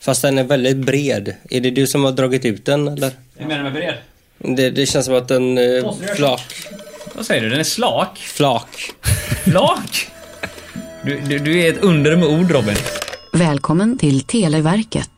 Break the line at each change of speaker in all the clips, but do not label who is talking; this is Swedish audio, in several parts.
Fast den är väldigt bred. Är det du som har dragit ut den, eller?
Vad menar du med bred?
Det känns som att den flak.
Vad säger du? Den är slak?
Flak.
Flak? Du är ett under med ord, Robin.
Välkommen till Televerket.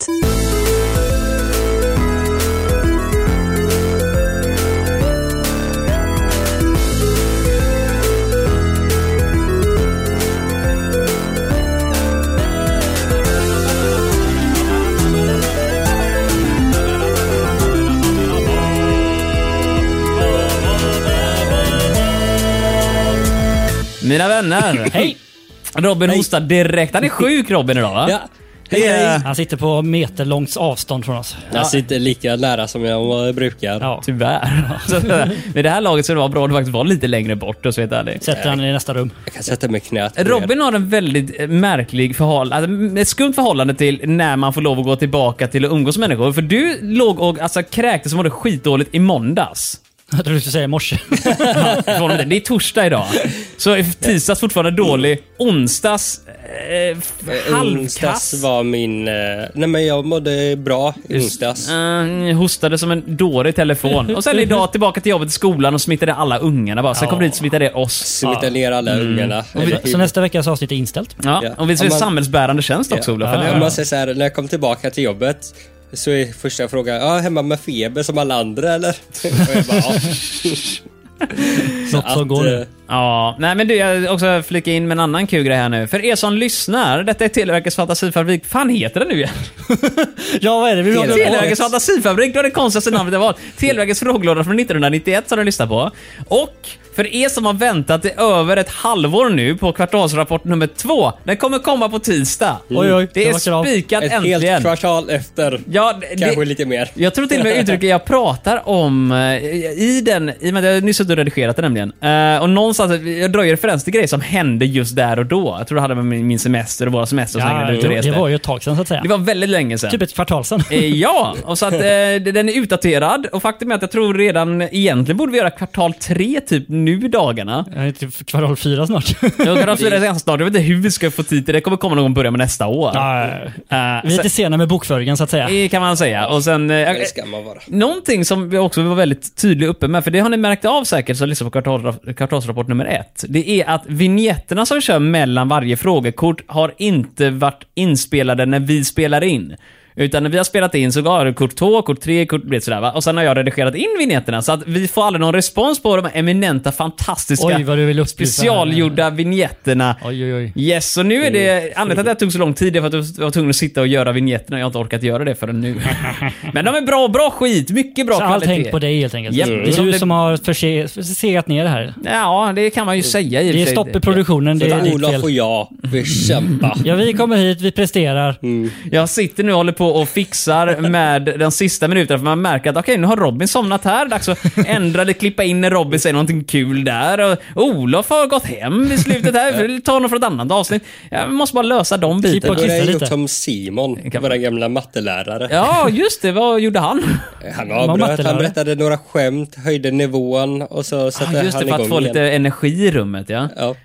Mina vänner, hej! Robin hostar direkt. Han är sjuk, Robin, idag, va?
Ja. Hej.
Han sitter på meterlångt avstånd från oss.
Jag sitter lika nära som jag brukar.
Ja.
Tyvärr. Med det här laget så det var bra att faktiskt vara lite längre bort, och så vet jag.
Sätter han i nästa rum.
Jag kan sätta mig knät på
Robin har en väldigt märklig ett skumt förhållande till när man får lov att gå tillbaka till att umgås med människor. För du låg och kräktes som var det skitdåligt i måndags.
Jag tror du skulle säga i morse.
Det är torsdag idag. Så tisdags fortfarande dålig. Onsdags halvkass.
var min... nej, men jag mådde bra onsdags.
Hostade som en dåre i telefon. Och sen idag tillbaka till jobbet i skolan och smittade alla ungarna bara. Sen kommer dit och smittade oss.
Smittade ner alla ungarna.
Så nästa veckas avsnitt är inställt.
Ja. Och vi ser samhällsbärande tjänst också, Olof.
Man säger så här, när jag kom tillbaka till jobbet så är första frågan, hemma med feber som alla andra, eller? Och jag bara,
Något som går nu.
Ja, nej, men du, jag också flika in med en annan kul grej här nu. För er som lyssnar, detta är Televerkets fantasifabrik. Fan heter det nu igen?
Ja, vad är det?
Televerkets fantasifabrik, det var det konstigaste namnet det var. Televerkets frågelåda från 1991 som du lyssnar på. Och för er som har väntat i över ett halvår nu på kvartalsrapport nummer 2, den kommer komma på tisdag.
Oj,
det är spikat
ett
äntligen.
Ett helt kvartal efter.
Ja,
kanske lite mer.
Jag tror till och med uttrycket jag pratar om i och med att jag nyss har redigerat det nämligen. Och någonstans, jag drar ju referens till grejer som hände just där och då. Jag tror det hade med min semester och våra semester
det var ju ett tag sedan, så att säga.
Det var väldigt länge sedan.
Typ ett kvartal sedan.
Ja, och så att den är utdaterad. Och faktum är att jag tror redan egentligen borde vi göra kvartal 3 typ nu i dagarna.
Typ kvartal 4 snart.
Ja, kvartal 4 är ganska snart. Jag vet inte hur vi ska få tid till det. Kommer komma någon börja med nästa år.
Vi är lite sena med bokföringen, så att säga.
Det kan man säga. Och sen
det ska man vara.
någonting som vi också var väldigt tydlig uppe med, för det har ni märkt av säkert så lyssna på kvartalsrapport nummer 1. Det är att vigneterna som kör mellan varje frågekort har inte varit inspelade när vi spelar in. Utan när vi har spelat in så går det kort 2, kort 3, kort blir sådär, va? Och sen har jag redigerat in vigneterna så att vi får aldrig någon respons på de här eminenta, fantastiska, specialgjorda vigneterna.
Oj.
Yes, och nu är det anledningen att det tog så lång tid för att jag var tvungen att sitta och göra vigneterna. Jag har inte orkat göra det förrän nu. Men de är bra skit, mycket bra
så
kvalitet.
Så allt tänkt på dig helt enkelt.
Yep.
Det är du som har försegat ner det här.
Ja, det kan man ju säga.
Det är stopp i produktionen, det är ditt
Olof
fel.
och jag, vi kämpar.
Ja, vi kommer hit, vi presterar.
Jag sitter nu och håller på och fixar med den sista minuten för man märker att okej, nu har Robin somnat här. Dags att ändra eller klippa in när Robin säger någonting kul där. Och Olof har gått hem i slutet här. Ta honom för ett annat avsnitt. Jag måste bara lösa de bitarna.
Det är gjort som Simon, vår gamla mattelärare.
Ja, just det. Vad gjorde han?
Han avbröt, han berättade några skämt, höjde nivån och så satte han
just det,
igång
för att få
igen.
lite energi i rummet, ja.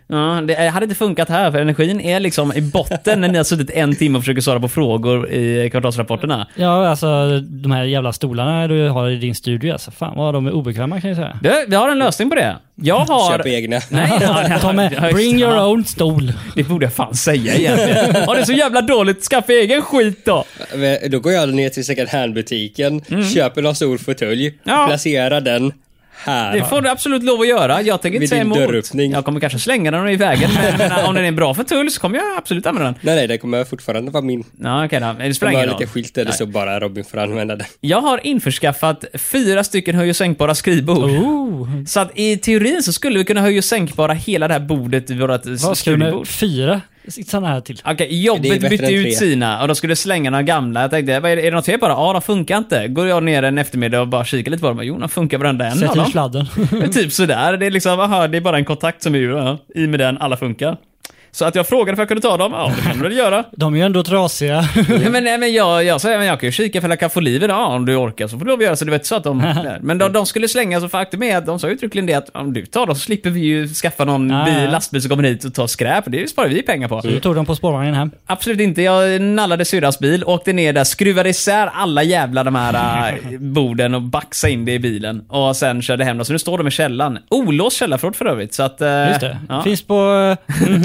Det hade inte funkat här, för energin är liksom i botten när ni har suttit 1 timme och försöker svara på frågor i kvartalsrapporterna.
Ja, alltså de här jävla stolarna du har i din studio, alltså, fan vad de är obekväma, kan jag säga.
Vi har en lösning på det. Jag har...
Köp egna.
Nej,
ta med, bring your own stol.
Det borde jag fan säga egentligen. Har det så jävla dåligt, skaffa egen skit då.
Då går jag ner till second hand-butiken, köper en stor fåtölj, placerar den här.
Det får du absolut lov att göra. Jag tänker inte säga emot. Jag kommer kanske slänga den i vägen, men om den är bra för tull så kommer jag absolut använda den.
Nej, det kommer fortfarande vara min.
Ja, okej då. Det spelar
ingen
roll.
lite skilt eller så bara Robin får använda den.
Jag har införskaffat 4 stycken höj- och sänkbara skrivbord. Så att i teorin så skulle vi kunna höja och sänkbara hela det här bordet i vårt skrivbord.
Vad skulle du 4 sådana här till?
Okej, jobbet bytte ut sina och då skulle slänga några gamla. Jag tänkte, är det något fel bara? Ja, de funkar inte. Går jag ner en eftermiddag och bara kikar lite på dem. Jo, de funkar varenda en.
Sätter i sladden.
Typ sådär. Det är liksom, det är bara en kontakt som är i med den, alla funkar. Så att jag frågade för att jag kunde ta dem. Ja, det kan du väl göra.
De är ju ändå trasiga.
men jag sa, jag kan ju kika för att jag kan få livet. Ja, om du orkar så får du lov att göra så. Du vet så att men de skulle slänga, så faktum är att de sa uttryckligen det att om du tar dem så slipper vi ju skaffa någon lastbil som kommer hit och tar skräp. Det sparar vi pengar på.
Så du tog dem på spårvagnen hem?
Absolut inte. Jag nallade syrras bil, åkte ner där, skruvade isär alla jävla de här borden och baxade in det i bilen. Och sen körde hem dem. Så nu står de i källan. Olåst källarförråd för övrigt. Så att,
just det. Ja. Finns på...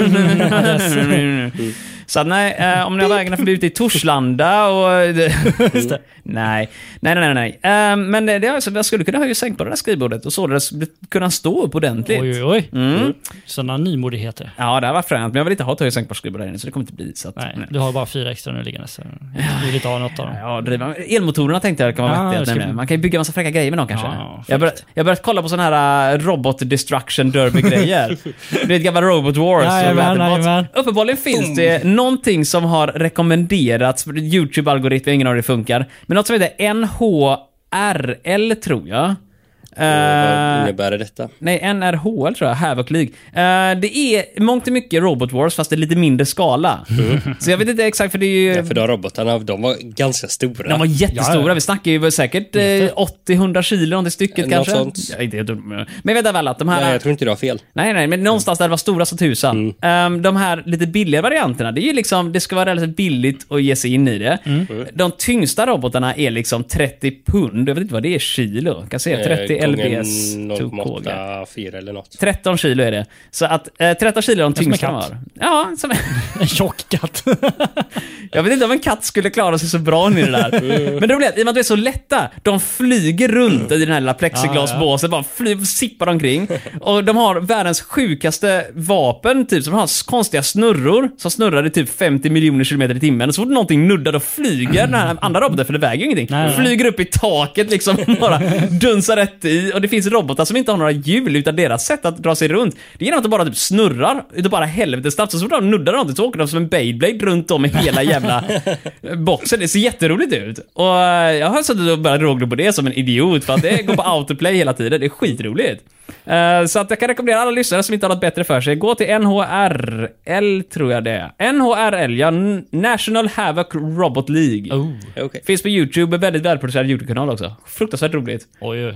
Så att, nej, om ni har vägarna förbi ute i Torslanda och...
Just det.
Nej. Men det är alltså, jag skulle kunna ha ju sänkt på det där skrivbordet och så det kunna stå upp ordentligt.
Oj. Sådana nymodigheter.
Ja, det har varit fränt, men jag vill inte ha höj sänkt på skrivbordet här inne, så det kommer inte bli så att,
nej. Du har bara 4 extra nu liggande, så du vill inte ha något av dem.
Ja, driva. Elmotorerna tänkte jag kan vara vettigt. Man kan ju bygga massa fräcka grejer med dem kanske.
Ja,
jag börjat kolla på såna här robot destruction derby-grejer. Det är ett gamla Robot Wars. Uppenbarligen finns det någonting som har rekommenderats för YouTube-algoritm, ingen av det funkar. Men något som heter NHRL tror jag.
Vad innebär detta?
Nej, NRHL tror jag, Havoc League. Det är mångt och mycket Robot Wars, fast det är lite mindre skala. Så jag vet inte exakt, för det är ju...
Ja, för de robotarna, de var ganska stora.
De var jättestora, ja. Vi snackar ju säkert 80-100 kilo om det stycket kanske.
Sånt.
Men jag vet väl att de här...
Nej, jag tror inte du har fel.
Nej, men någonstans där det var stora som tusan. De här lite billigare varianterna, det är ju liksom, det ska vara relativt billigt att ge sig in i det. De tyngsta robotarna är liksom 30 pund, jag vet inte vad det är kilo. Kan se 30 LBS
0,84 eller något.
13 kilo är det. Så att 13 kilo är de tyngsta var. Ja, som
en tjock katt.
Jag vet inte om en katt skulle klara sig så bra i det där. Men det är i och med att de är så lätta. De flyger runt i den här lilla plexiglasbåsen, bara sippar omkring. Och de har världens sjukaste vapen, typ som har konstiga snurror som snurrar i typ 50 miljoner kilometer i timmen. Och så fort någonting nuddar och flyger den här andra roboten, för det väger ju ingenting. Nej. Flyger upp i taket liksom, bara dunsar rätt i. Och det finns robotar som inte har några hjul, utan deras sätt att dra sig runt, det är genom att de bara typ snurrar utan bara helvete snabbt. Så fort de nuddar någonting så åker de som en Beyblade runt om i hela jävla boxen. Det ser jätteroligt ut. Och jag har suttit och börjat rågla på det som en idiot, för att det går på autoplay hela tiden. Det är skitroligt. Så att jag kan rekommendera alla lyssnare som inte har något bättre för sig, gå till NHRL tror jag det är. NHRL, ja, National Havoc Robot League.
Okay.
Finns på YouTube, en väldigt välproducerad YouTube-kanal också. Fruktansvärt roligt.
Oj.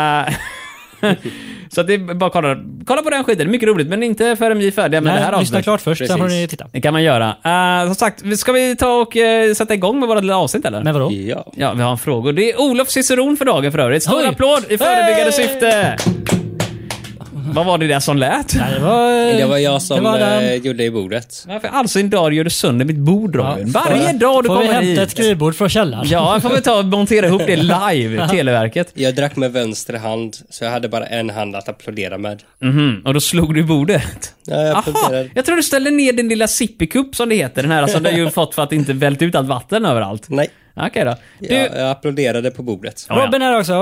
Så att det är bara kolla på den skiten, det är mycket roligt, men inte förrän vi är färdiga med det här avsnittet.
Lyssna klart först, sen får ni titta.
Det kan man göra. Som sagt, ska vi ta och sätta igång med våra lilla avsnitt eller?
Men vadå?
Ja, vi har en fråga. Det är Olof Ciceron för dagen för övrigt. Stor applåd i förebyggande syfte. Vad var det där som lät?
Det var jag som gjorde i bordet.
Varför alltså en dag gör du sönder mitt bord, Robin? Varje dag du kommer hit.
Får vi hämta ett skrivbord från källaren?
Ja, jag får vi ta och montera ihop det live i Televerket.
Jag drack med vänster hand, så jag hade bara en hand att applådera med.
Och då slog du i bordet?
Ja, jag applåderade.
Jag tror du ställde ner din lilla sippikupp som det heter. Den här som du ju fått för att inte vält ut allt vatten överallt.
Nej.
Okej då.
Jag applåderade på bordet.
Robin är också.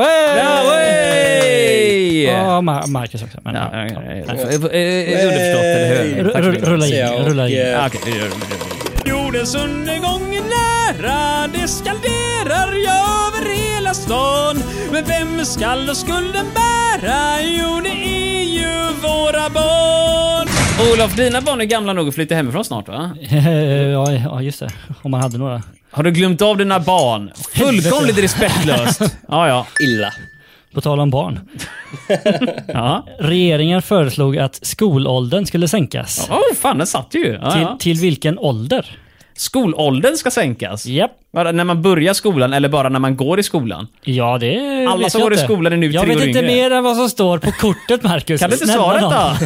Ja,
Marcus också. Men,
underförstått, eller hur?
Rulla in.
Jordens undergång är nära, det skalderar över hela stan. Men vem skall då skulden bära? Jo, det är ju våra barn. Olof, dina barn är gamla nog att flytta hemifrån snart, va?
Ja, just det. Om man hade några.
Har du glömt av dina barn? Fullkomligt respektlöst. Ja.
Illa.
På tal om barn.
Ja.
Regeringen föreslog att skolåldern skulle sänkas.
Fan, det satt ju.
Till vilken ålder?
Skolåldern ska sänkas?
Japp.
När man börjar skolan eller bara när man går i skolan?
Ja, det
alla som går i skolan är nu 3 år
yngre.
Jag vet
inte mer än vad som står på kortet, Marcus.
Kan du inte svara då?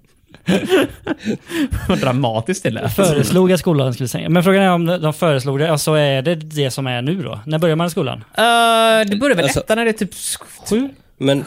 Vad dramatiskt det lät.
Föreslog att skolan skulle sänka. Men frågan är om de föreslog det, alltså är det som är nu då? När börjar man i skolan?
Det börjar väl när det är typ 7?
Men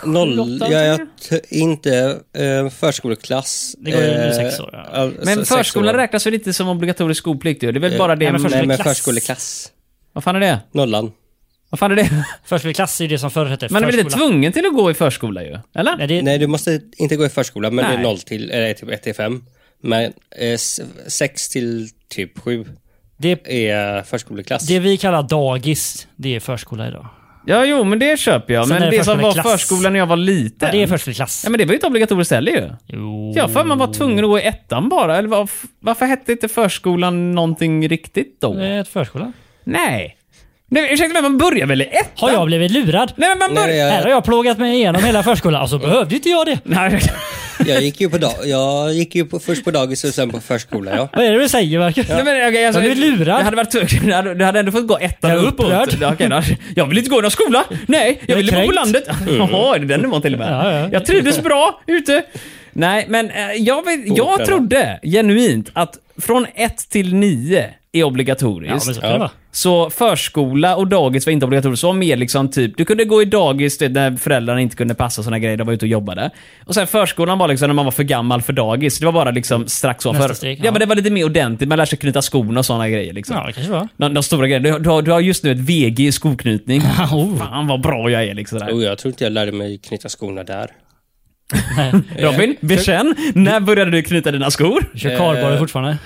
inte förskoleklass.
Det går ju nu 6 år. Ja.
Men förskolan räknas väl inte som obligatorisk skolplikt? Det är väl bara det
med förskoleklass.
Vad fan är det?
Nollan.
Vad fan är det?
Förskoleklass är det som förr hette.
Man är väl inte tvungen till att gå i förskola ju? Eller?
Nej, du måste inte gå i förskola, men det är 0 till typ 1 till 5. Men 6 till typ 7 det är förskoleklass.
Det vi kallar dagis, det är förskola idag.
Ja, jo, men det köper jag.
Sen är
Men
det
det som var
förskoleklass.
förskolan när jag var liten.
Ja, det är förskoleklass.
Ja, men det var ju inte obligatoriskt heller ju.
Jo.
Ja, för man var tvungen att gå i ettan bara. Eller varför hette inte förskolan någonting riktigt då?
Det är ett förskola.
Nej. Nej, ursäkta mig, man börjar väl i ettan?
Har jag blivit lurad?
Nej, men man börjar...
Här har jag plågat mig igenom hela förskolan. Alltså behövde inte jag det.
Nej.
Jag gick ju först på dagis och sen på förskola, ja.
Vad är det du säger, Marcus?
Nej, men, okay, alltså,
Jag blev lurad.
Det hade varit du hade ändå fått gå ettan
Jag är
uppåt.
upprörd.
Ja, okej, då. Jag vill inte gå i någon skola. Nej, jag vill bo på
kränkt.
landet. Jaha, är det den nivån till och med?
Ja.
Jag trivdes bra ute. Nej, men jag trodde genuint att från 1 till 9 är obligatoriskt.
Ja, men så kan det vara.
Så förskola och dagis var inte obligatoriskt. Så var mer liksom typ, du kunde gå i dagis när föräldrarna inte kunde passa såna grejer, de var ute och jobbade. Och sen förskolan var liksom när man var för gammal för dagis. Det var bara liksom strax ovanför.
Steg,
ja, men det var lite mer ordentligt. Man lär sig knyta skorna och såna grejer liksom.
Ja, det kanske var.
De stora grejerna. Du har just nu ett VG i skoknytning.
Oh.
Fan vad bra jag är liksom där.
Jag tror inte jag lärde mig knyta skorna där.
Robin, bekänn. När började du knyta dina skor?
Du kör kardborre fortfarande.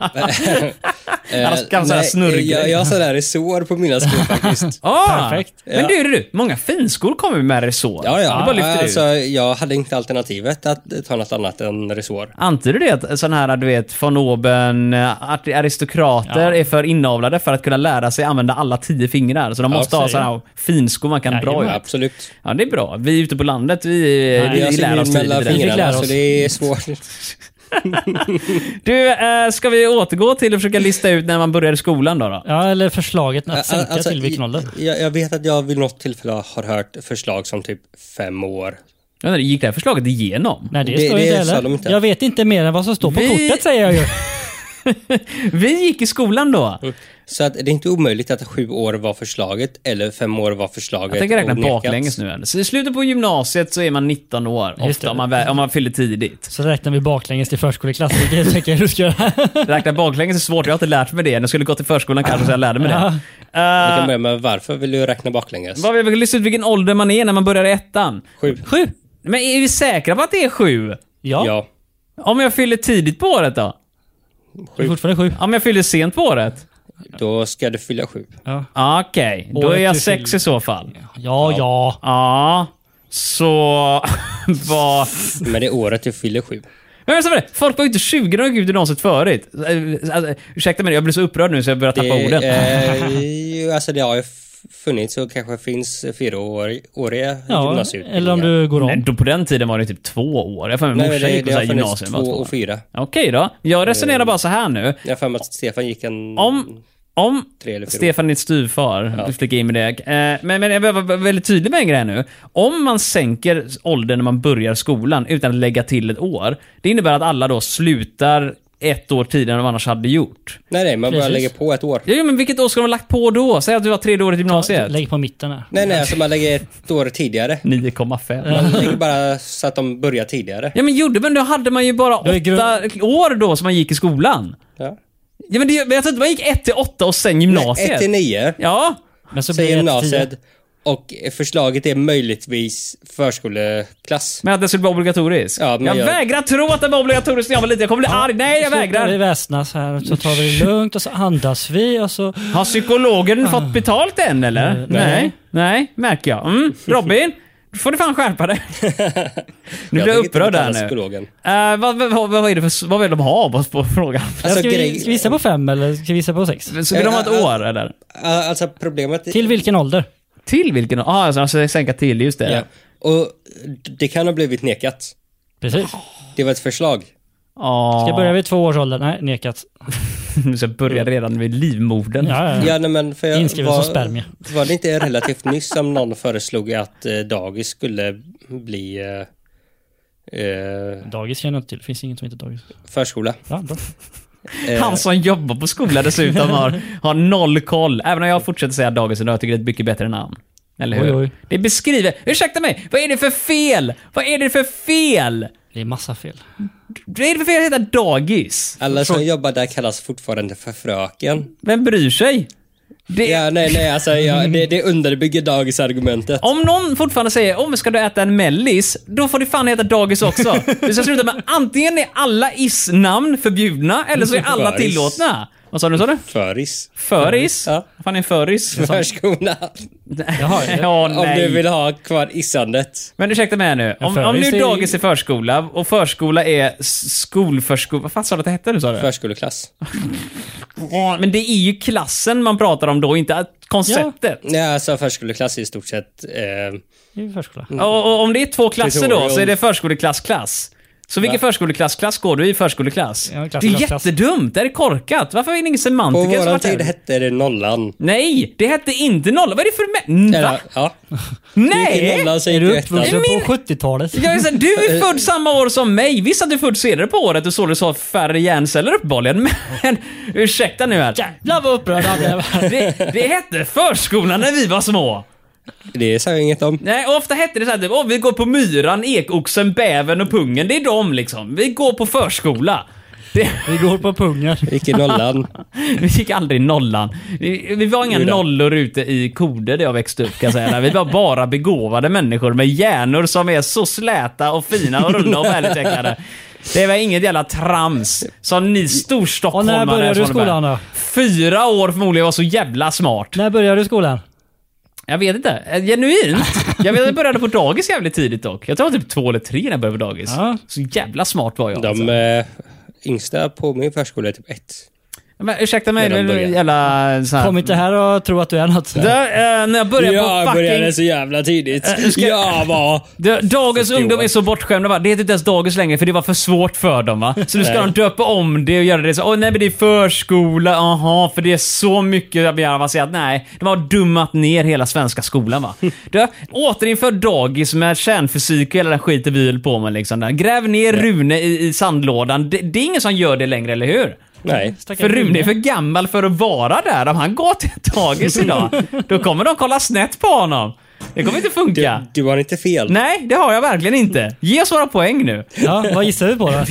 Snurrig.
Jag har sådär resår på mina skor faktiskt.
Perfekt.
Men du, många finskor kommer med resår.
Ja.
Det bara lyfter
Alltså,
ut.
jag hade inte alternativet att ta något annat än resår.
Antyder det att sån här, du vet, von oben aristokrater är för inavlade för att kunna lära sig använda alla 10 fingrar. Så de måste ha såna här finskor man kan dra
Ja,
ut.
absolut.
Ja, det är bra. Vi är ute på landet, vi lär oss
mellan
tidigt.
fingrarna, så det är svårt.
Du, ska vi återgå till att försöka lista ut när man börjar i skolan då?
Ja, eller förslaget att sänka till vilken ålder.
Jag vet att jag vid något tillfälle har hört förslag som typ 5 år.
Ja, gick det här förslaget igenom?
Nej, det står inte
sa de
heller.
inte.
Jag vet inte mer än vad som står på kortet, säger jag ju.
Vi gick i skolan då.
Så att det är inte omöjligt att 7 år var förslaget eller 5 år var förslaget.
Jag tänker räkna
och nekats.
baklänges nu. Så i slutet på gymnasiet så är man 19 år.
Just
Ofta
det.
om man fyller tidigt.
Så räknar vi baklänges till förskoleklass. Det tänker jag du ska göra.
Räkna baklänges är svårt. Jag har inte lärt mig det. Jag skulle gå till förskolan kanske så jag lärde mig det.
Vi kan börja med varför vill du räkna baklänges?
Vad vill vi lista ut vilken ålder man är när man börjar i ettan?
7.
7? Men är vi säkra på att det är 7?
Ja.
Om jag fyller tidigt på året då?
Det är fortfarande 7.
Om jag fyller sent på året?
Då ska du fylla 7.
Ja.
Okej, då är
Året
jag
du
6 i så fall.
Ja.
Ja, så vad...
Men det är året du fyller 7.
Men så var det. Folk var ju inte 20 när de gick ut i gymnasiet förut. Alltså, ursäkta mig, jag blir så upprörd nu så jag börjar tappa orden.
Alltså det har ju funnits och kanske finns 4-åriga gymnasiet.
Eller om du går om.
Nej, då på den tiden var det typ 2 år. Jag får med morsan gick på så här gymnasium.
2 och 4.
Okej då. Jag resonerar bara så här nu.
Jag får med att Stefan gick en...
Om
3 eller 4
Stefan är ditt styvfar, du flicka in med det. Men jag behöver vara väldigt tydlig med en grej nu. Om man sänker åldern när man börjar skolan utan att lägga till ett år, det innebär att alla då slutar 1 år tidigare än de annars hade gjort.
Nej, man bara
Precis.
lägger på ett år.
Ja, men vilket år ska de ha lagt på då? Säg att du har 3 år i gymnasiet.
Lägg på mitten här.
Nej, alltså man lägger ett år tidigare.
9,5.
Man lägger bara så att de börjar tidigare.
Ja, men då hade man ju bara 8 år då som man gick i skolan.
Ja.
Ja, men jag tror inte man gick 1 till 8 och sen gymnasiet.
1 till 9.
Ja.
Men så
Sen
blir det 1 till 10.
gymnasiet. Och förslaget är möjligtvis förskoleklass.
Men att det skulle vara obligatoriskt.
Ja, men
jag vägrar tro att det var obligatoriskt när jag var liten. Jag kommer bli arg. Nej, jag
Vi
vägrar.
väsnas här, så tar vi det lugnt och så andas vi och så...
Har psykologen fått betalt än, eller? Nej, märker jag. Robin, då får du fan skärpa dig. Nu blir jag upprörd där nu. Vad är det för, vad vill de ha av oss på frågan?
Alltså,
ska vi gissa på 5 eller ska vi gissa på 6?
Så vill de ha ett år, eller?
Alltså problemet...
Till vilken ålder?
Till vilken? Alltså sänka till, just det.
Ja. Och det kan ha blivit nekat.
Precis.
Det var ett förslag.
Ja.
Ska jag börja vid 2 års ålder? Nej, nekat.
Så jag börjar redan vid livmodern.
Ja, nej, men för
Inskriven som spermie.
Var det inte relativt nyss som någon föreslog att dagis skulle bli
Dagis känner jag inte till. Det finns inget som heter dagis.
förskola?
Ja, bra.
Han som jobbar på skolan dessutom har noll koll. Även om jag fortsätter säga dagis idag, jag tycker det är ett mycket bättre namn. Eller hur?
Oj.
Det beskriver... Ursäkta mig, vad är det för fel? Vad är det för fel?
Det är massa fel.
Vad är det för fel att heta dagis?
Alla som jobbar där kallas fortfarande för fröken.
Vem bryr sig?
Ja, nej, alltså det underbygger dagisargumentet.
Om någon fortfarande säger ska du äta en mellis, då får det fan heta dagis också. Vi ska sluta med antingen är alla is-namn förbjudna eller så är alla tillåtna. Vad sa du?
Föris.
Föris?
Ja.
Vad fan är en föris?
Förskola.
Jaha, ja,
Om du vill ha kvar issandet.
Men ursäkta mig här nu. Om nu dagis är förskola och förskola är skolförskola. Vad fan sa du att det hette, du sa det?
Förskoleklass.
Men det är ju klassen man pratar om då, inte konceptet.
Ja, alltså förskoleklass är i stort sett...
Det är förskola.
Och om det är 2 klasser då, så är det förskoleklass. Så vilken förskoleklass går du i förskoleklass?
Ja,
det är jättedumt, det är korkat. Varför är det ingen semantiker?
På våran tid hette det nollan.
Nej, det hette inte nollan. Vad är det för... Va?
Ja.
Nej!
Nollan,
är du uppvuxen på 70-talet?
Du är född samma år som mig. Visst att du är född senare på året och så du sa färre hjärnceller uppenbarligen. Men ursäkta nu här.
Jävlar vad upprörd
det hette förskolan när vi var små.
Det sa jag inget om.
Nej, ofta hette det så här, vi går på myran, ekoxen, bäven och pungen. Det är dem liksom. Vi går på förskola.
Vi går på pungar.
Vi gick i nollan.
Vi gick aldrig i nollan. Vi var inga nollor ute i koder där jag växte upp, kan jag säga. Vi var bara begåvade människor med hjärnor som är så släta och fina och runda och välutvecklade. Det var inget jävla trams som ni storstockholmare.
Och när började du skolan då?
4 år förmodligen, var så jävla smart.
När började du skolan?
Jag vet inte. Genuint. Jag började på dagis jävligt tidigt dock. Jag tror att typ 2 eller 3 när jag började på dagis. Ja. Så jävla smart var jag.
De yngsta på min förskola är typ 1.
Men ursäkta mig, jävla så här.
Kom inte här och tro att du är något.
När jag började på fucking...
Jag började så jävla tidigt.
Dagens ungdom är så bortskämda, va? Det heter inte ens dagis längre för det var för svårt för dem, va? Så nu ska de döpa om det och göra det så. Nej, men det är förskola. Aha, för det är så mycket mer avancerat. Nej, de har dummat ner hela svenska skolan, va? Återinför dagis med kärnfysik och hela den skiten vi höll på med liksom. Gräv ner Rune i sandlådan. Det är ingen som gör det längre, eller hur?
Nej.
För Rune är för gammal för att vara där. Om han går till dagis idag, då kommer de kolla snett på honom. Det kommer inte funka.
Du har inte fel.
Nej, det har jag verkligen inte. Ge oss våra poäng nu.
Ja, vad gissar du på då?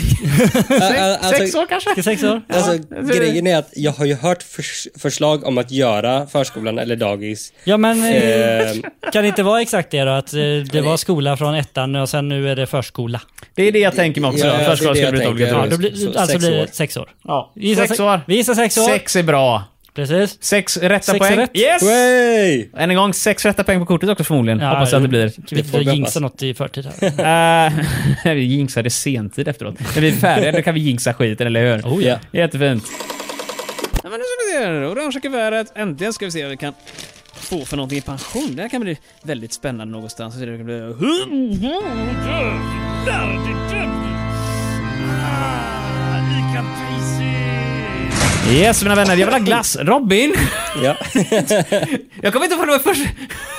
6 år kanske?
6 år?
Alltså, grejen är att jag har ju hört förslag om att göra förskolan eller dagis.
Ja, men kan det inte vara exakt det då? Att det var skola från 1:an och sen nu är det förskola.
Det är det jag tänker mig också.
Ja,
förskolan ska bli
obligatoriskt.
Då blir det 6 år.
Ja,
Vi
6 år.
Vi gissar 6 år.
6 är bra.
Precis.
6 rätta
6
poäng.
rätt.
Yes!
Way!
Än en gång 6 rätta poäng på kortet också förmodligen. Hoppas att det blir.
Kan vi inte jinxa något i förtid
här? Vi jinxade sentid efteråt. När vi är färdiga då kan vi jinxa skiten, eller hur?
Oh ja.
Jättefint. Ja, men nu ska vi se. Orange kuvertet. Äntligen ska vi se vad vi kan få för någonting i pension. Det här kan bli väldigt spännande någonstans. Så det kan bli... Yes, mina vänner, jag vill ha glass. Robin!
Ja.
Jag kommer inte ihåg vad det var först.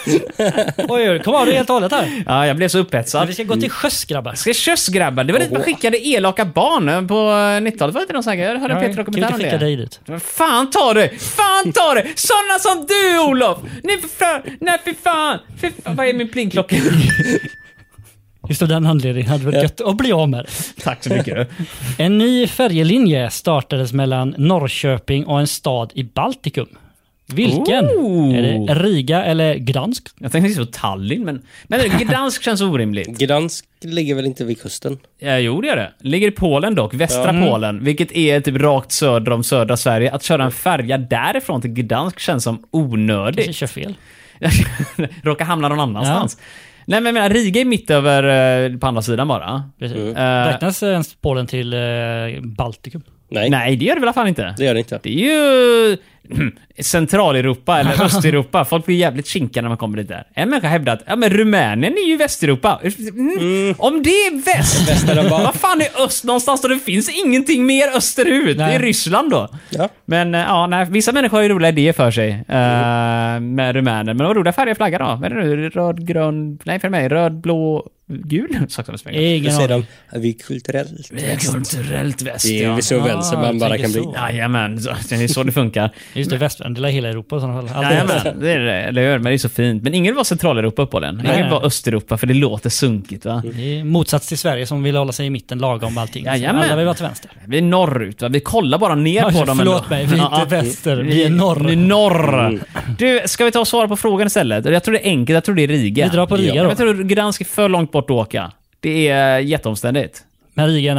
Oj, kom av det helt och hållet här.
Ja, jag blev så upphetsad.
Vi ska gå till sjöss, grabbar.
Ska sjöss, grabbar? Det var lite man skickade elaka barn på 90-talet. Var det inte någon sån här? Jag hörde Peter dokumentär om det.
Kan vi skicka dig dit?
Fan ta det! Fan ta det! Såna som du, Olof! Nej, för fan! Vad är min plingklocka?
Just av den anledningen hade väl gött att bli av med det.
Tack så mycket.
En ny färjelinje startades mellan Norrköping och en stad i Baltikum. Vilken? Är det Riga eller Gdansk?
Jag tänkte inte så Tallinn, men Gdansk känns orimligt.
Gdansk ligger väl inte vid kusten?
Ja, jo, det gör det. Ligger i Polen dock, västra Polen, vilket är typ rakt söder om södra Sverige. Att köra en färja därifrån till Gdansk känns som onödigt.
Kanske kör fel.
Råkar hamna någon annanstans. Ja. Nej, men Riga är mitt över på andra sidan bara.
Räknas ens Polen till Baltikum?
Nej, det gör det väl fan inte.
Det gör det inte.
Det är ju Centraleuropa eller Östeuropa. Folk blir jävligt kinka när man kommer dit där. En människa hävdar att men Rumänien är ju Västeuropa. Om det är väst, vad fan är öst någonstans då? Det finns ingenting mer österut. Nej. Det är Ryssland då. Ja. Men nej, vissa människor har ju roliga idéer för sig med Rumänien. Men de roliga färger flaggar då. Vad är det nu? Röd, grön, nej för mig, röd, blå, gul.
Ingen aning. Vi är kulturellt väst. Det är så väl som man bara kan bli.
Jajamän, det är så det funkar.
Just det, västvärlden, hela Europa i sådana fall.
Jajamän, det är det, eller hur? Men det är så fint. Men ingen var Centraleuropa på den. Ingen var Östeuropa, för det låter sunkigt, va?
Det är motsats till Sverige som vill hålla sig i mitten lagom allting.
Jajamän.
Alla vill vara till vänster.
Vi är norrut, va? Vi kollar bara ner på dem.
Förlåt mig, vi är inte vänster. Vi är norr.
Vi är norr. Du, ska vi ta och svara på frågan istället? Jag tror det är enkelt, jag tror det är Riga.
Vi drar på Riga då.
Jag tror Gdansk är för långt bort att åka. Det är jätteomständigt.
Men Riga är nära.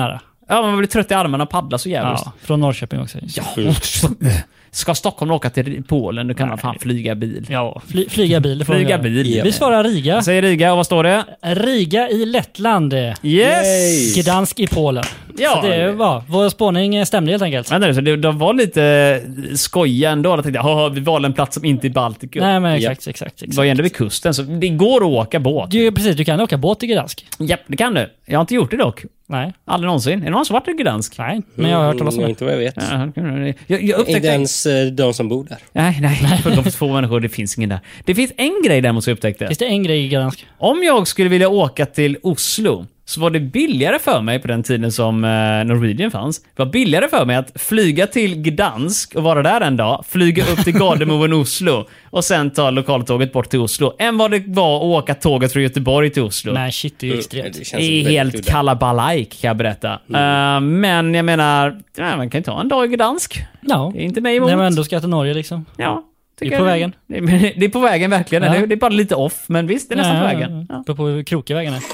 Ja, man blir trött i armarna och paddla så jävligt.
Ja, från Norrköping också.
Ja. Ska Stockholm åka till Polen, då kan man fan flyga bil.
Ja, flyga bil. Det får
Flyga
vi
bil.
göra. Vi svarar Riga.
Jag säger Riga, och vad står det?
Riga i Lettland.
Yes!
Gdansk i Polen.
Ja.
Så det var vår spårning stämde helt enkelt.
Men så det var lite skoja ändå. Jag tänkte, vi valde en plats som inte är Baltikum.
Nej, men exakt.
Det var ändå vid kusten, så det går att åka båt.
Precis, du kan åka båt till Gdansk.
Ja, det kan du. Jag har inte gjort det dock.
Nej.
Aldrig någonsin. Är det någon som varit i Gdansk?
Nej, men jag har hört talas om det.
Inte vad jag vet.
Jag upptäckte...
Inte ens de som bor där.
Nej. För de få människor, det finns ingen där. Det finns en grej däremot som jag upptäckte.
Finns det en grej i Gdansk?
Om jag skulle vilja åka till Oslo, så var det billigare för mig på den tiden som Norwegian fanns. Det var billigare för mig att flyga till Gdansk och vara där en dag, flyga upp till Gardermoen Oslo och sen ta lokaltåget bort till Oslo, än vad det var att åka tåget från Göteborg till Oslo.
Nej, shit, det är ju extremt.
Det är helt kalabalaik, kan jag berätta. Men jag menar, man kan ju ta en dag i Gdansk.
Ja.
Det är inte mig emot.
Nej, men ändå ska jag till Norge liksom.
Ja.
Det är på vägen.
Det är på vägen verkligen.
Ja.
Det är bara lite off, men visst, det är nästan på vägen. Ja.
På hur krokig vägen är.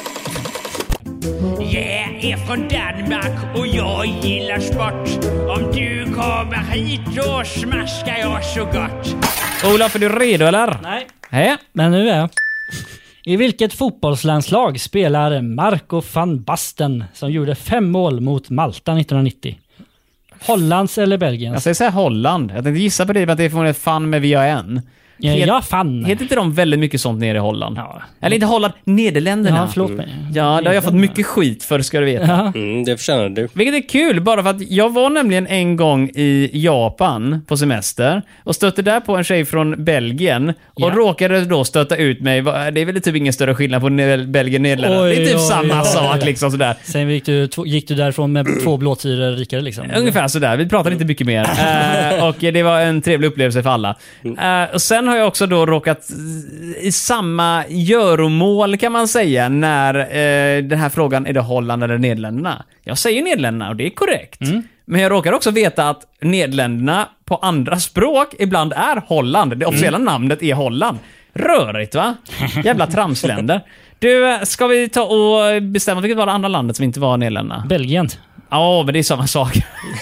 Jag är från Danmark och jag gillar sport. Om du kommer hit då smaskar jag så gott.
Olof, är du redo eller?
Nej.
Hej.
Men nu är jag. I vilket fotbollslandslag spelar Marco van Basten som gjorde 5 mål mot Malta 1990? Hollands eller Belgiens?
Jag säger så här, Holland. Jag tänkte gissa på det, att det är från ett fan med VAN.
Ja, fan.
Heter inte de väldigt mycket sånt nere i Holland?
Ja.
Eller inte Holland, Nederländerna.
Ja, förlåt mig.
Ja, det har jag fått mycket skit för, ska du veta.
Ja.
Det förtjänar du.
Vilket är kul, bara för att jag var nämligen en gång i Japan på semester och stötte där på en tjej från Belgien och råkade då stöta ut mig. Det är väl typ ingen större skillnad på Belgien och Nederländerna. Det är typ samma sak liksom sådär.
Sen gick du därifrån med 2 blåtiror rikare liksom.
Ungefär sådär, vi pratade inte mycket mer. Och det var en trevlig upplevelse för alla. Och sen har jag också då råkat i samma göromål, kan man säga, när den här frågan är det Holland eller Nederländerna. Jag säger Nederländerna och det är korrekt. Men jag råkar också veta att Nederländerna på andra språk ibland är Holland. Det officiella namnet är Holland. Rörigt, va? Jävla tramsländer. Du, ska vi ta och bestämma vilket var det andra landet som inte var Nederländerna?
Belgien.
Ja, men det är samma sak.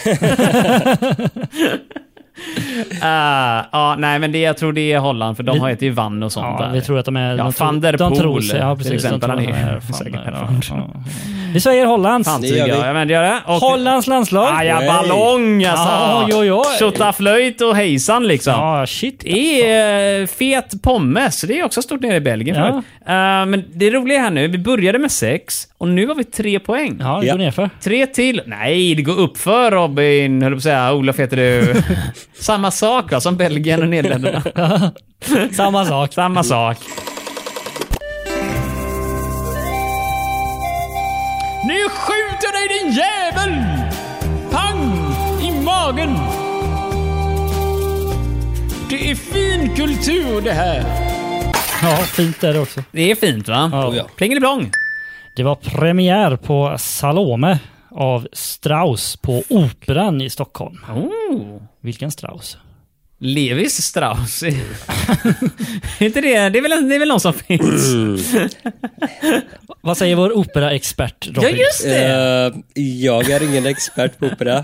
Nej, men jag tror det är Holland, för de har ju vann och sånt där.
Vi tror att de är...
Ja, Van der Poel,
ja, precis,
till exempel. Han är
Vi säger Holland.
Det gör vi. Ja, men det gör det. Och
Hollands landslag.
ja, ballong alltså. Tjotta flöjt och hejsan liksom.
Ja, shit.
Det är fet pommes. Det är också stort nere i Belgien.
Ja.
Men det roliga här nu, vi började med 6 och nu har vi 3 poäng.
Ja, det går ner för.
3 till. Nej, det går upp för Robin. Höll på att säga, Olof heter du. Samma sak då, som Belgien och Nederländerna.
Samma sak.
Samma sak. Nu skjuter dig din jävel! Pang! I magen! Det är fin kultur det här.
Ja, fint är det också.
Det är fint, va?
Ja.
Plingeliplong.
Det var premiär på Salome av Strauss på Operan i Stockholm. Vilken Strauss?
Levis Strauss. Inte det? Det är väl någon som finns.
Vad säger vår operaexpert, Robin?
Ja, just det.
Jag är ingen expert på opera.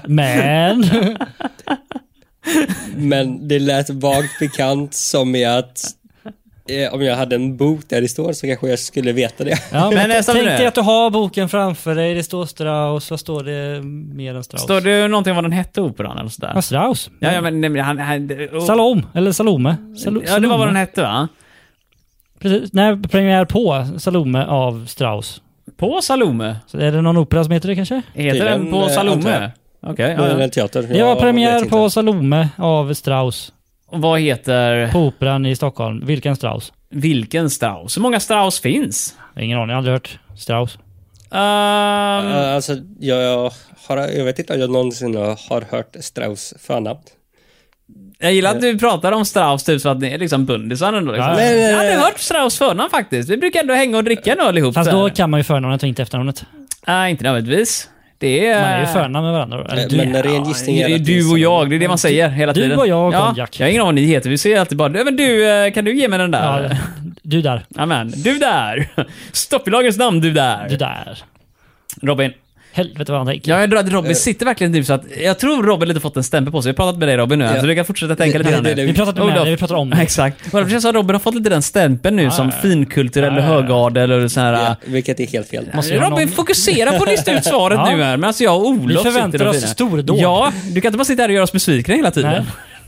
Men det lät vagt bekant som i att om jag hade en bok där det står så kanske jag skulle veta det.
Ja, men tänk dig att du har boken framför dig. Det står Strauss. Vad står det mer än Strauss?
Står det någonting om vad den hette, operan eller sådär?
Ja, Strauss.
Ja, men han
Salome, eller Salome.
Ja, det var vad den hette, va?
Precis. Nej, premiär på Salome av Strauss.
På Salome?
Så är det någon opera som heter det kanske?
Heter den på Salome? Okej.
Teater.
Det var premiär på Salome av Strauss.
Och vad heter...
På Operan i Stockholm. Vilken Strauss?
Vilken Strauss? Hur många Strauss finns?
Ingen aning, jag har aldrig hört Strauss.
Alltså, jag vet inte om jag någonsin har hört Strauss förnamn.
Jag gillar att du pratar om Strauss typ så att det är liksom bundisar ändå. Liksom. Jag har aldrig hört Strauss förnamn faktiskt. Vi brukar ändå hänga och dricka nu allihop.
Fast då kan man ju förnamnet och inte efternamnet.
Inte nödvändigtvis. Det är...
Man är ju förnamn med varandra.
Men ren gissning är du och jag, det är det man säger hela tiden.
Du och jag och konjak.
Jag har ingen aning vad ni heter. Vi säger alltid bara, men du, kan du ge mig den där?
Ja, du där.
Amen. Du där. Stopp i lagens namn, du där.
Du där.
Robin,
Helvete vad han tänker.
Jag tror att Robin sitter verkligen typ så att... Jag tror Robin lite fått en stämpel på sig. Jag har pratat med dig Robin nu, så du kan fortsätta tänka lite grann.
Vi pratar inte med det, vi pratar om det.
Exakt. Och det känns som att Robin har fått lite den stämpeln nu som finkulturell högard eller sån här...
Ja, vilket är helt fel.
Robin, fokusera på att lista ut svaret nu här. Men alltså jag och Olof
vi förväntar oss stordåd.
Ja, du kan inte bara sitta här och göra oss besvikna hela tiden.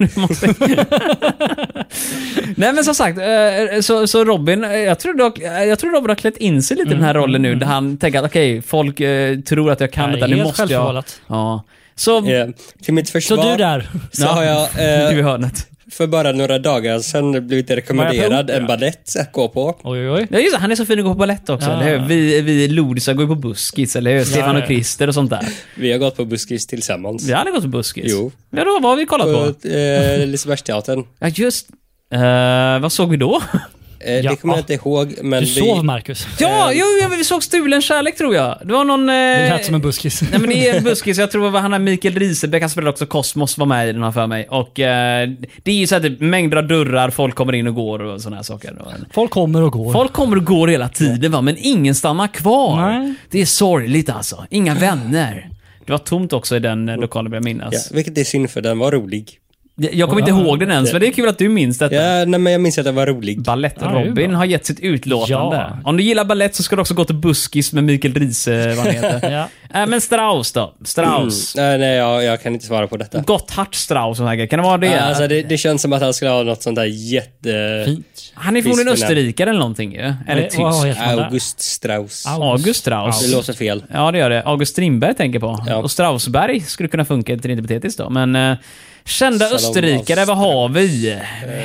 Nej men som sagt, så Robin, jag tror Robin har klätt in sig lite i den här rollen nu, där han tänker att okej, folk tror att jag kan det, nu måste jag. Ja. Så
till mitt försvar.
Så du där.
Så har jag
du i hörnet.
För bara några dagar sedan blivit rekommenderad en ballett att gå på.
Oj.
Ja, just det, han är så fin att gå på ballett också, eller hur? Vi Lodisar går ju på buskis, eller hur? Stefan och Christer och sånt där.
Vi har gått på buskis tillsammans.
Vi har aldrig gått på buskis.
Jo.
Ja, då, vad har vi kollat på?
Lisebergsteatern.
Ja, just. Vad såg vi då?
Det kommer jag inte ihåg, men
du sov, Marcus.
Ja, vi såg Stulen kärlek, tror jag. Det var någon...
Det lät som en buskis.
Nej, men det är en buskis. Jag tror att han är Mikael Risebeck, han spelar också Kosmos, var med i den här för mig. Och det är ju så att mängder av dörrar, folk kommer in och går och såna här saker.
Folk kommer och går.
Folk kommer och går hela tiden, va? Men ingen stannar kvar. Nej. Det är sorgligt alltså. Inga vänner. Det var tomt också i den lokalen, jag minnas.
Ja, vilket är synd, för den var rolig.
Jag kommer inte ihåg den ens, men det är kul att du minns detta.
Ja, nej, men jag minns att det var rolig.
Ballett Robin har gett sitt utlåtande. Ja. Om du gillar ballett så ska du också gå till buskis med Mikael Riese, vad heter. Men Strauss då? Strauss.
Nej, jag kan inte svara på detta.
Gotthard Strauss och här. Kan det vara det?
Alltså det känns som att han skulle ha något sånt där jättefint.
Han är förmodligen österrikare eller någonting ju. Eller tysk.
August Strauss.
August Strauss.
Det låter fel.
Ja, det gör det. August Strindberg tänker på. Ja. Och Straussberg skulle kunna funka till identitetiskt då. Men kända österrikare, vad har vi?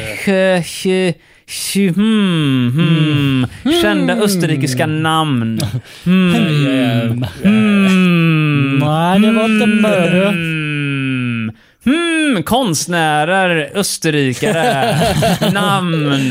Kända österrikiska namn.
Nej, det var inte mörder.
Konstnärer, österrikare, namn.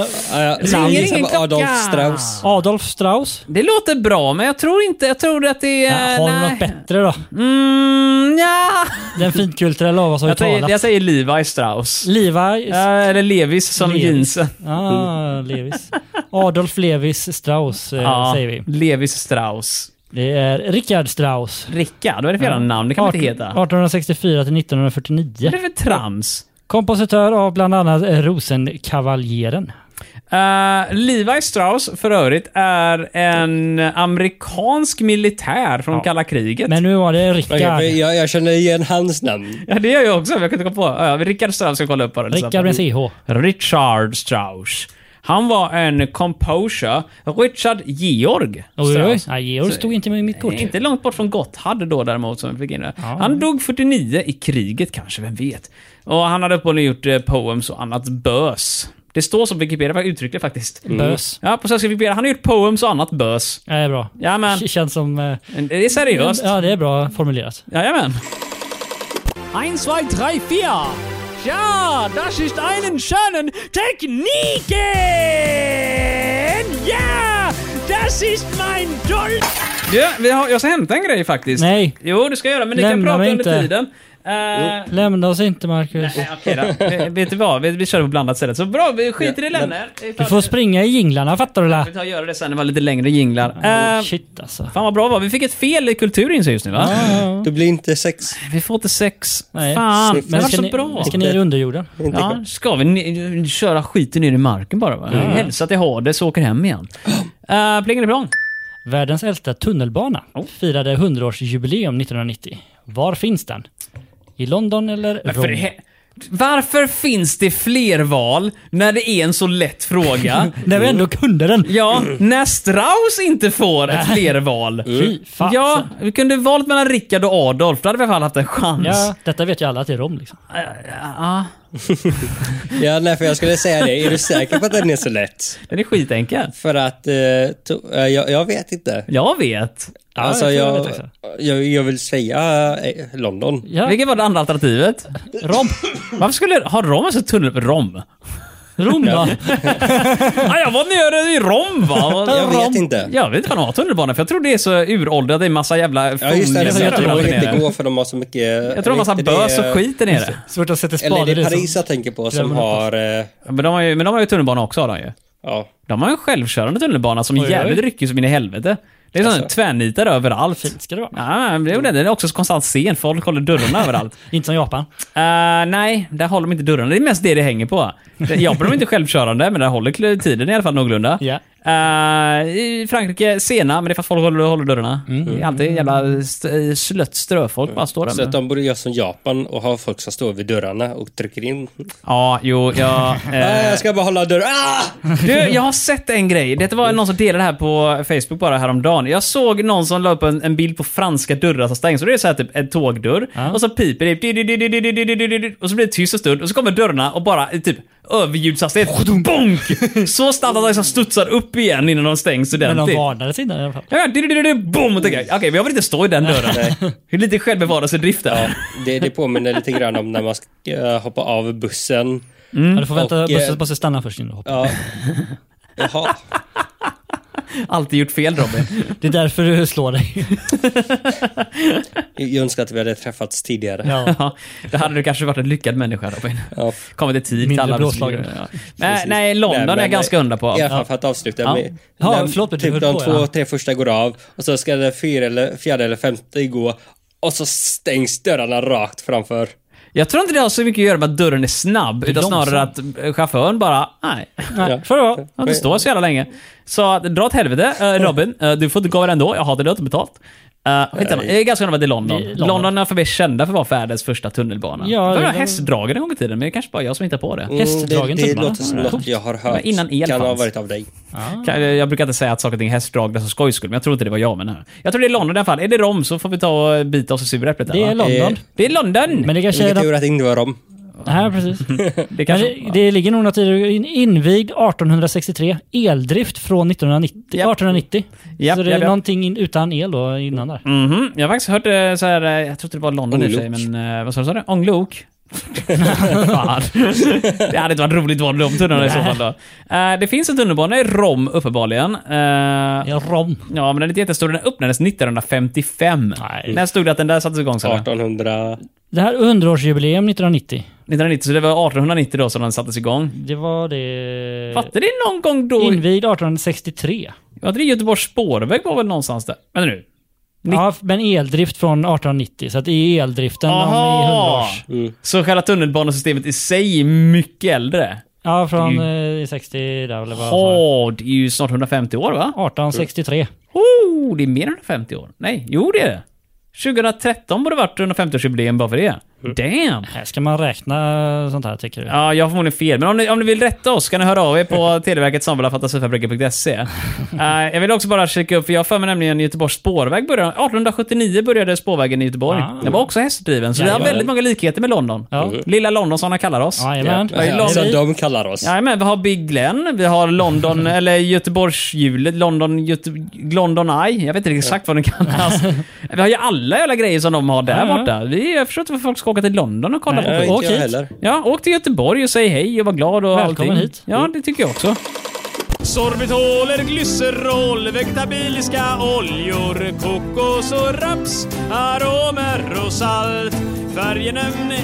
Adolf Strauss.
Adolf Strauss.
Det låter bra, men jag tror att det är...
har du något bättre då?
Ja.
Den finkulturella av oss har talat.
Jag säger Levi Strauss.
Levi?
Eller Levis som jeansen.
Levis. Adolf Levis Strauss säger vi.
Levis Strauss.
Det är Richard Strauss.
Rickard, vad är det för jävla namn? Det kan man inte heta.
1864 till 1949.
Vad är det för trams?
Kompositör av bland annat Rosenkavaljören.
Levi Strauss för övrigt är en amerikansk militär från kalla kriget.
Men nu var det Richard.
Okay, jag känner igen hans namn.
Ja, det gör jag också. Jag kan inte komma på. Richard Strauss ska kolla upp bara.
Richard med CH.
Richard Strauss. Han var en composer. Richard Georg Strauss.
Ja, Georg stod inte med i mitt kort.
Inte långt bort från Gotthard då däremot som vi fick in det. Han dog 49 i kriget kanske, vem vet. Och han hade uppehållande gjort poems och annat bös. Det står som Wikipedia uttryckte faktiskt.
Bös.
Ja, på svenska Wikipedia. Han har gjort poems och annat bös.
Ja, det är bra.
Jajamän.
Det känns som...
Det är seriöst.
Ja, det är bra formulerat.
Jajamän.
1, 2, 3, 4. Ja, das ist einen schönen Techniken! Ja, das ist mein Dolch!
Jag ska hämta en grej faktiskt.
Nej.
Jo, du ska göra, men ni kan prata under tiden.
Lämna oss inte, Marcus.
Okej då. Vet du vad? Vi kör på blandat stället. Så bra, vi skiter i lämnar.
Du får springa i jinglarna, fattar du det?
Vi tar och göra det sen, det var lite längre jinglar.
Shit alltså.
Fan vad bra var. Vi fick ett fel i kulturin just nu, va?
Det blir inte 6.
Vi får inte 6.
Nej.
Fan, men det var så
ni,
bra.
Ska ner i underjorden?
Ja, ska vi köra skiten ner i marken bara, va? Hälsa att jag har det så åker hem igen. Plingar plong.
Världens äldsta tunnelbana firade 100-årsjubileum 1990. Var finns den? I London eller Rom?
Varför finns det fler val när det är en så lätt fråga?
När vi ändå kunde den.
Ja, när Strauss inte får ett flerval. Ja, vi kunde valt mellan Richard och Adolf. Då hade vi i alla fall haft en chans.
Ja, detta vet ju alla att det är Rom liksom.
Ja, nej, för jag skulle säga det. Är du säker på att den är så lätt?
Den är skitenkel.
För att jag vet inte.
Jag vet.
Ja, alltså jag vill säga London.
Ja. Vilket var det andra alternativet?
Rom.
Varför skulle ha Rom alltså tunnel Rom?
Rom va?
Jag var nere i Rom va?
Jag vet inte.
Jag vet inte vad de har tunnelbana, för jag tror det är så uråldrat. Det är massa jävla...
Ja just det, jag tror det inte gå för de har så mycket...
Jag tror de har massa bös och skit där nere.
Svårt att sätta spader.
Eller det är Paris jag tänker på som har...
Men de har ju tunnelbana också, har de ju.
Ja.
De har en självkörande tunnelbana som är jävligt ryckig som in i helvete. Det är sån tvärnitar överallt.
Fint ska det vara.
Ja, det är också konstant sen. Folk håller dörrarna överallt.
Inte som Japan.
Nej, där håller de inte dörrarna. Det är mest det hänger på. Japan är inte självkörande, men där håller tiden i alla fall någorlunda.
Ja.
I Frankrike sena, men det är för att folk håller dörrarna. Det är alltid jävla slött ströfolk bara står där.
Så att de borde göra som Japan och ha folk som står vid dörrarna och trycker in.
Ja,
Jag ska bara hålla dörren.
Du, jag har sett en grej. Det var någon som delade det här på Facebook bara häromdagen. Jag såg någon som la upp en bild på franska dörrar som stängs. Så det är så här typ en tågdörr. Och så piper det. Och så blir det tyst en stund. Och så kommer dörrarna och bara typ överljudshastighet. Bonk! Så snabbt att de liksom studsar upp igen innan de stängs ordentligt.
Men de varnades innan i alla fall.
Ja, boom! Och tänker, okej, men jag vill inte stå i den dörren. Hur lite självbevarelsedrift där.
Ja, det påminner lite grann om när man ska hoppa av bussen.
Ja, du får vänta, bussen måste stanna först innan du hoppar.
Ja. Jaha.
Alltid gjort fel, Robin.
Det är därför du slår dig.
Jag önskar att vi hade träffats tidigare.
Ja.
Det hade du kanske varit en lyckad människa, Robin.
Ja.
Kommit i tid.
Mindre blåslagen.
Nej, London är ganska undra på.
I alla fall för att avsluta med...
Förlåt,
typ de 2-3 första går av. Och så ska det 4 eller 5:e gå. Och så stängs dörrarna rakt framför.
Jag tror inte det har så mycket att göra med att dörren är snabb, utan snarare att chauffören bara, nej.
Får det vara.
Han inte står så jävla länge. Så dra åt helvete, Robin. Du får inte gå över ändå. Jag har det inte betalt. Jag är ganska nöjd med det är London. London är för mig kända för att vara världens första tunnelbana. Det var hästdragen en gång i tiden, men det är kanske bara jag som inte på det.
Hästdragen
det låter som något jag har hört.
Innan el
kan ha
fanns.
varit av dig.
Jag brukar inte säga att saker och ting är hästdragna som skojskull, men jag tror inte det var jag. Men jag tror det är London i alla fall. Är det Rom så får vi ta och bita oss i suräpplet.
Det är London.
Det är London!
Men det kanske
Vilket
är...
tur att det inte var Rom.
Nej, precis.
Det,
det ligger nog något i invigd 1863. Eldrift från 1890.
Japp,
så det är någonting utan el då innan där.
Jag har faktiskt hört så här, jag tror inte det var London i sig, men vad sa du? Ånglok? Fan. Det hade inte varit roligt att vara de tunnlarna i så fall då. Det finns en tunnelbana i Rom uppenbarligen.
Rom.
Ja, men den är inte jättestor. Den öppnades 1955.
Nej.
När stod det att den där sattes igång?
1800...
Det här 100-årsjubileum 1990.
Så det var 1890 då som den sattes igång.
Det var det...
Fattar det någon gång då?
Invigd 1863.
Ja, det är Göteborgs spårväg var väl någonstans där. Men nu.
Ja, men eldrift från 1890. Så att det är eldriften om i 100 års.
Så själva tunnelbanesystemet i sig är mycket äldre.
Ja, från 60 där eller vad.
Det är ju snart 150 år, va?
1863.
Det är mer än 150 år. Nej, jo det är det. 2013 borde det varit 150-årsjubileum bara för det. Damn!
Här ska man räkna sånt här, tycker du?
Ja, jag har förmodligen fel. Men om ni vill rätta oss kan ni höra av er på televerket@fantasifabriken.se. Jag vill också bara checka upp, för jag för mig nämligen Göteborgs spårväg började 1879 började spårvägen i Göteborg. Det var också hästdriven, så det har väldigt många likheter med London. Lilla London som de kallar oss.
Som de kallar oss.
Ja, men vi har Big Glen, vi har London eller Göteborgshjulet, London Eye. Jag vet inte exakt vad den kallas. Vi har ju alla jävla grejer som de har där borta. Jag förstår inte varför folk ska åka till London och kolla på det.
Åk hit.
Ja, åk till Göteborg och säg hej och var glad och
välkommen
allting.
Hit.
Ja, det tycker jag också.
Sorbitoler, glycerol, vegetabiliska oljor, kokos och raps, aromer och salt. Färgenämn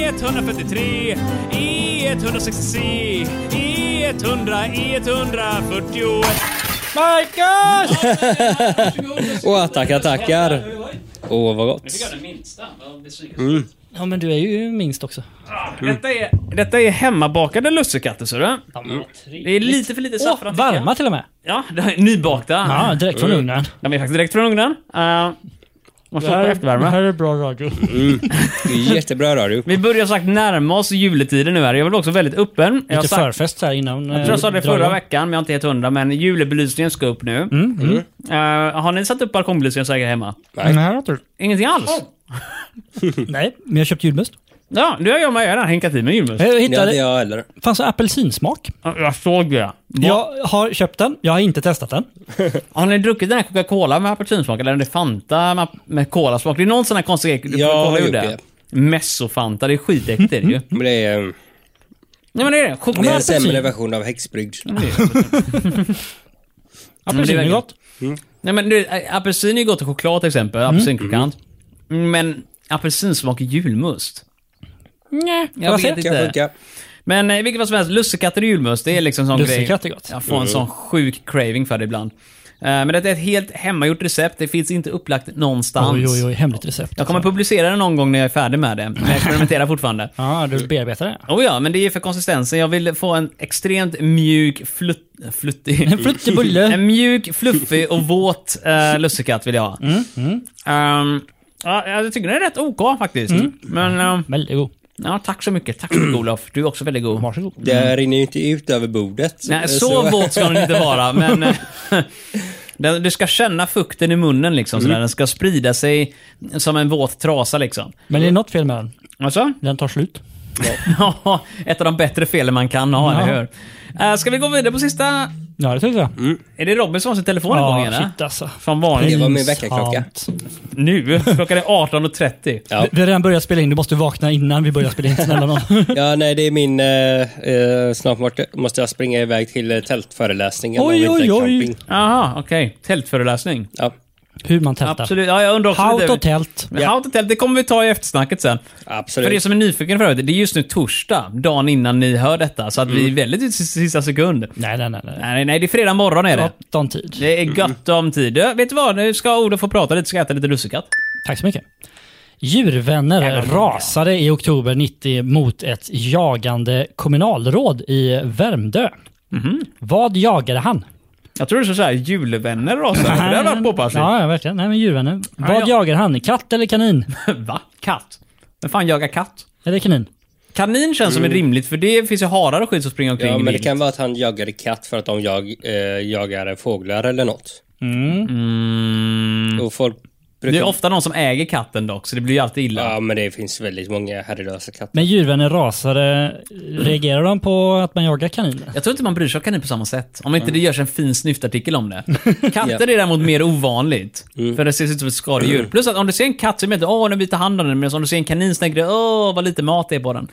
E143, E160C, E100, E141.
Marcus!
Tackar. Vad gott.
Ja, men du är ju minst också.
Detta är hemmabakade lussekatter, så du. Det är lite för lite saffran.
Varma till och med.
Ja, det är nybakta.
Ja, direkt från ugnen.
De är faktiskt direkt från ugnen. Och så på eftervärme.
Det här är bra radio.
Det är jättebra radio.
Vi börjar sagt närma oss juletiden nu här. Jag vill också väldigt öppen.
Lite förfest här innan.
Jag tror jag sa det förra veckan, men jag är inte helt 100. Men julebelysningen ska upp nu. Har ni satt upp balkongbelysningen så här hemma?
Nej.
Ingenting alls?
Nej, men jag har köpt julmust.
Ja, det har jag med. Jag har hänkat i med julmust.
Jag hittade...
Jag eller.
Fanns apelsinsmak.
Jag såg det.
Jag har köpt den. Jag har inte testat den.
Har ni druckit den här Coca-Cola med apelsinsmak? Eller är det Fanta med colasmak? Det är någon sån här konstig grej.
Jag har gjort det.
Messo-Fanta, det är skitäckligt, det är ju.
Men det är...
Nej, men det är det.
Det är en sämre version av häxbrygd.
Apelsin är gott.
Nej, men apelsin är gott och choklad till exempel. Apelsinkrokant. Men apelsinsmak i julmust?
Nej,
jag vet inte. Men vilket var som helst, lussekatter och julmust, det är liksom sån grej.
Lussekatt är gott.
Jag får en sån sjuk craving för det ibland. Men det är ett helt hemmagjort recept. Det finns inte upplagt någonstans.
Oj, hemligt recept.
Jag kommer publicera det någon gång när jag är färdig med det. Men jag experimenterar fortfarande.
Ja, du bearbetar det.
Ja, men det är för konsistensen. Jag vill få en extremt mjuk, fluttig...
En fluttebulle.
En mjuk, fluffig och våt lussekatt vill jag ha. Ja, jag tycker det är rätt OK faktiskt. Men...
väldigt god.
Ja, tack så mycket. Tack så mycket, Olof. Du är också väldigt god.
Varsågod.
Det rinner ju inte ut över bordet.
Nej, så våt ska den inte vara, men... Du ska känna fukten i munnen liksom, sådär. Den ska sprida sig som en våt trasa liksom.
Men det är något fel med den.
Alltså?
Den tar slut.
Ja, ett av de bättre felen man kan ha,
Ja.
eller hur? Ska vi gå vidare på sista?
Ja, det tycker jag.
Är det Robin som har sin telefon igång igen?
Shit alltså.
Som vanligt.
Det var min väckarklocka.
Nu, klockan är 18:30.
Ja.
Vi har redan börjat spela in, du måste vakna innan vi börjar spela in, snälla någon.
Ja, nej, det är min... snart måste jag springa iväg till tältföreläsningen om vintercamping.
Jaha, okej. Tältföreläsning.
Ja,
Hur man tältar.
Absolut. Ja, jag undrar också
How
lite...
to tält.
Men How to tält, det kommer vi ta i eftersnacket sen.
absolut.
För er som är nyfiken för övrigt, det är just nu torsdag, dagen innan ni hör detta, så att vi är väldigt i sista sekund.
Nej.
Nej, det är fredag morgon är det.
Gott om tid.
Det är gott om tid. Ja, vet du vad? Nu ska Ola få prata lite, ska äta lite lussekatt.
Tack så mycket. Djurvänner rasade i oktober 90 mot ett jagande kommunalråd i Värmdö. Vad jagade han?
Jag tror det är så här julvänner rasar. Det har varit påpassligt.
Ja, verkligen. Nej, men djurvänner. Vad
ja.
jagar han? Katt eller kanin?
Va? Katt? Men fan jagar katt?
Eller kanin?
Kanin känns som är rimligt, för det finns ju harar och skit som springer omkring.
Ja, men det
vilt.
kan vara att han jagade katt för att de jagar fåglar eller något. Och folk brukar...
Det är ofta någon som äger katten dock, så det blir ju alltid illa.
Ja, men det finns väldigt många herrelösa katter.
Men djurvänner rasade, reagerar de på att man jagar kaniner?
Jag tror inte man bryr sig om kanin på samma sätt. Om inte det görs en fin snyftartikel om det. Katter är däremot mer ovanligt. För det ses ut som ett skadedjur. Plus att om du ser en katt så är det inte, nu vill ta hand om den. Men om du ser en kanin så tänker du, vad lite mat det är på den.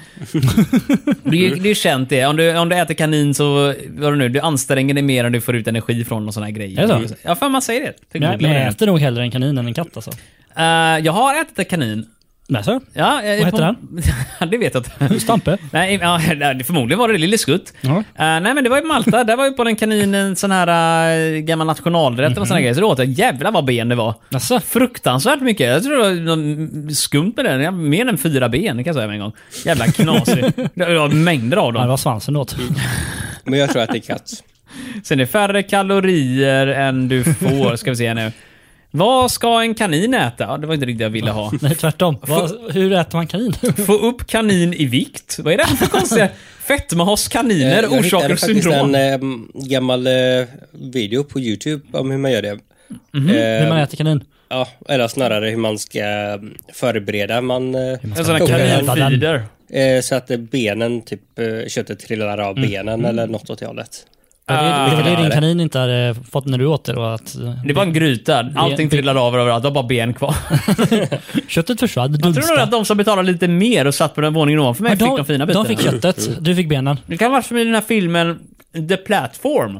det är ju känt det. Om du äter kanin så, du anstränger dig mer än du får ut energi från och såna här grejer.
Är det så?
Ja, för man säger det.
Men jag äter nog hellre en kanin än en katt alltså.
Jag har ätit en kanin.
Näså?
Ja,
vad heter den?
Det vet jag inte.
Stampe?
Nej, förmodligen var det Lille Skutt.
Ja.
Nej, men det var i Malta. Där var ju på den kaninen sån här gammal nationalrätt och såna grejer. Så det åt jag jävlar vad ben det var.
Alltså.
Fruktansvärt mycket. Jag tror det var något skumt med den. Jag har mer än 4 ben, kan jag säga med en gång. Jävla knasig. Det var mängder av dem.
Ja, det var svansen åt.
Men jag tror att det är katt.
Sen är det färre kalorier än du får, ska vi se nu. Vad ska en kanin äta? Ja, det var inte riktigt jag ville ha.
Nej, tvärtom. Hur äter man kanin?
Få upp kanin i vikt? Vad är det för konstiga fetma hos kaniner orsakar syndrom?
Jag hittade faktiskt en gammal video på YouTube om hur man gör det.
Hur man äter kanin?
Ja, eller snarare hur man ska förbereda.
En sån här kaninfeeder.
Så att benen, typ köttet trillar av benen eller något åt det hållet.
Det var det din kanin inte hade fått när du åt det då? Att,
det var en gryta. Allting trillade av överallt. Det var bara ben kvar.
Köttet försvann.
Jag tror nog att de som betalade lite mer och satt på den våningen ovanför mig fick de fina bitarna.
De fick köttet. Du fick benen.
Det kan vara som i den här filmen The Platform.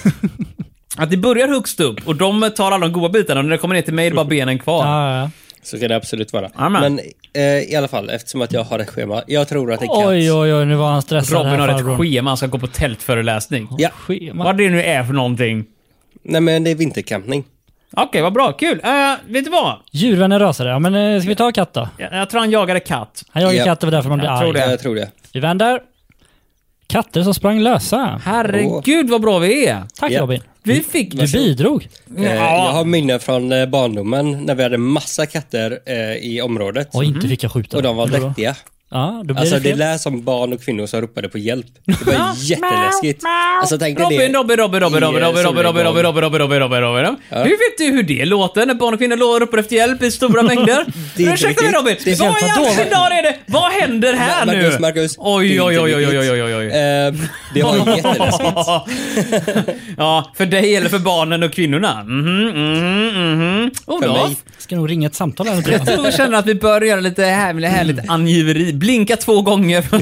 Att det börjar högst upp och de tar alla de goda bitarna och när det kommer ner till mig är det bara benen kvar.
Ja.
Så kan det absolut vara.
Amen.
Men i alla fall, eftersom att jag har ett schema, jag tror att det är katt.
Oj, nu var han stressad.
Robin har ett schema, han ska gå på tältföreläsning.
Ja.
Schema.
Vad det nu är för någonting.
Nej, men det är vintercampning.
Okej, vad bra, kul. Vet du vad?
Djurvänner rasade. Ja, men ska vi ta katt då?
Jag tror han jagade katt.
Han jagar katt, det var därför man blir
Jag tror
arg.
det.
Jag tror det.
Vi vänder. Katter som sprang lösa.
Herregud vad bra vi är.
Tack
Ja.
Robin.
Vi fick...
Du bidrog.
Jag har minnen från barndomen när vi hade massa katter i området.
Och inte fick jag skjuta.
Och de var
Då-
dräktiga.
Ja, då blir
Alltså
det
det
fel.
lät som barn och kvinnor som ropade på hjälp. Det var jätteläskigt. Alltså tänk dig det.
Robin. Hur vet du hur det låter när barn och kvinnor ropar efter hjälp i stora mängder?
Det är
Ursäkta mig
inte
Robin,
riktigt.
vad i all sin dar är det? Vad händer här nu?
Marcus.
Oj.
Det var jätteläskigt.
Ja, för dig eller för barnen och kvinnorna?
För mig.
Ska nog ringa ett samtal här.
Jag tror vi känner att vi bör göra lite härligt angiveri. Blinka 2 gånger.
Det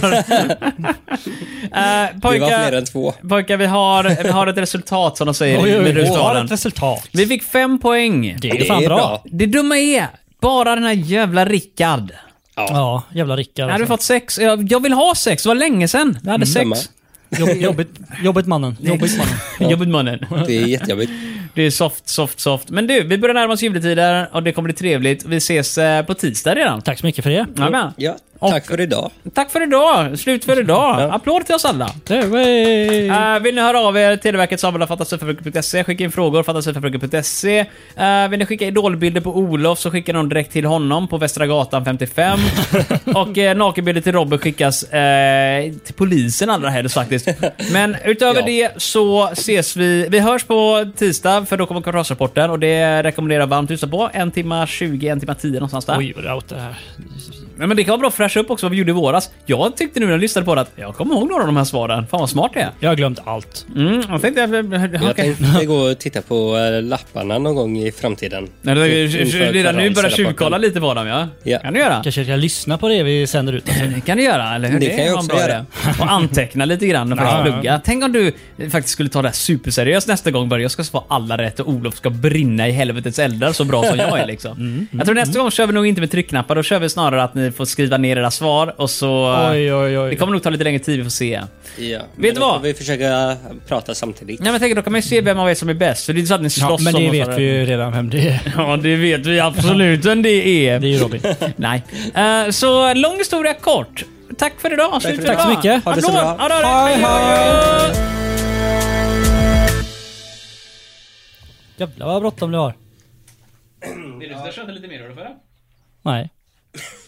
var fler än 2.
Pojkar, vi har ett resultat som de säger
Oj,
med
vi har
rustaren.
ett resultat.
Vi fick 5 poäng.
Det är fan bra.
Det dumma är bara den här jävla Rickard.
Ja, jävla Rickard.
Jag hade fått 6. Jag vill ha 6. Det var länge sedan. Jag hade 6.
Jobbigt mannen.
Jobbigt mannen.
Det är jättejobbigt.
Det är soft. Men du, vi börjar närma oss juletider och det kommer bli trevligt. Vi ses på tisdag redan.
Tack så mycket för det.
Ja, tack för idag.
Tack för idag. Slut för idag. Applåd till oss alla. Vill ni höra av er? Televerket @fantasifabriken.se. Skicka in frågor. fantasifabriken.se. Vill ni skicka idolbilder på Olof så skickar de direkt till honom på Västra Gatan 55. Och nakenbilder till Robert skickas till polisen allra helst faktiskt. Men utöver det så ses vi. Vi hörs på tisdag för då kommer kvartalsrapporten och det rekommenderar varmt att lyssna på. 1:20, 1:10 någonstans där.
Oj, vad det out det här.
Men det kan vara bra att fräscha upp också vad vi gjorde i våras. Jag tyckte nu när jag lyssnade på det att jag kommer ihåg några av de här svaren. Fan vad smart det är.
Jag har glömt allt.
Jag tänkte...
Jag tänkte gå och titta på lapparna någon gång i framtiden.
Redan nu börjar tjuvkolla lite på dem, ja. Kan du göra?
Kanske ska lyssna på det vi sänder ut.
Det kan du göra, eller hur?
Det kan jag också göra.
Och anteckna lite grann och plugga. Tänk om du faktiskt skulle ta det här superseriöst nästa gång. Jag ska få alla rätt och Olof ska brinna i helvetets eldar så bra som jag är liksom. Jag tror nästa gång kör vi nog inte med tryckknappar. Då kör vi snarare att ni får skriva ner era svar och så...
Oj.
Det kommer nog ta lite längre tid, vi får se.
Ja.
Vet du vad?
Vi försöker prata samtidigt.
Nej, men jag tänker, då kan man ju se vem av er som är bäst. För det är inte så att ni slåss
men det vet vi ju redan vem det är.
Ja, det vet vi absolut vem det är.
Det är ju Robin.
Nej. Så lång historia kort. Tack för idag.
Tack så mycket.
Ha det så bra.
Hej.
Jävlar vad bråttom du har.
Vill du köra lite mer då för det?
Nej.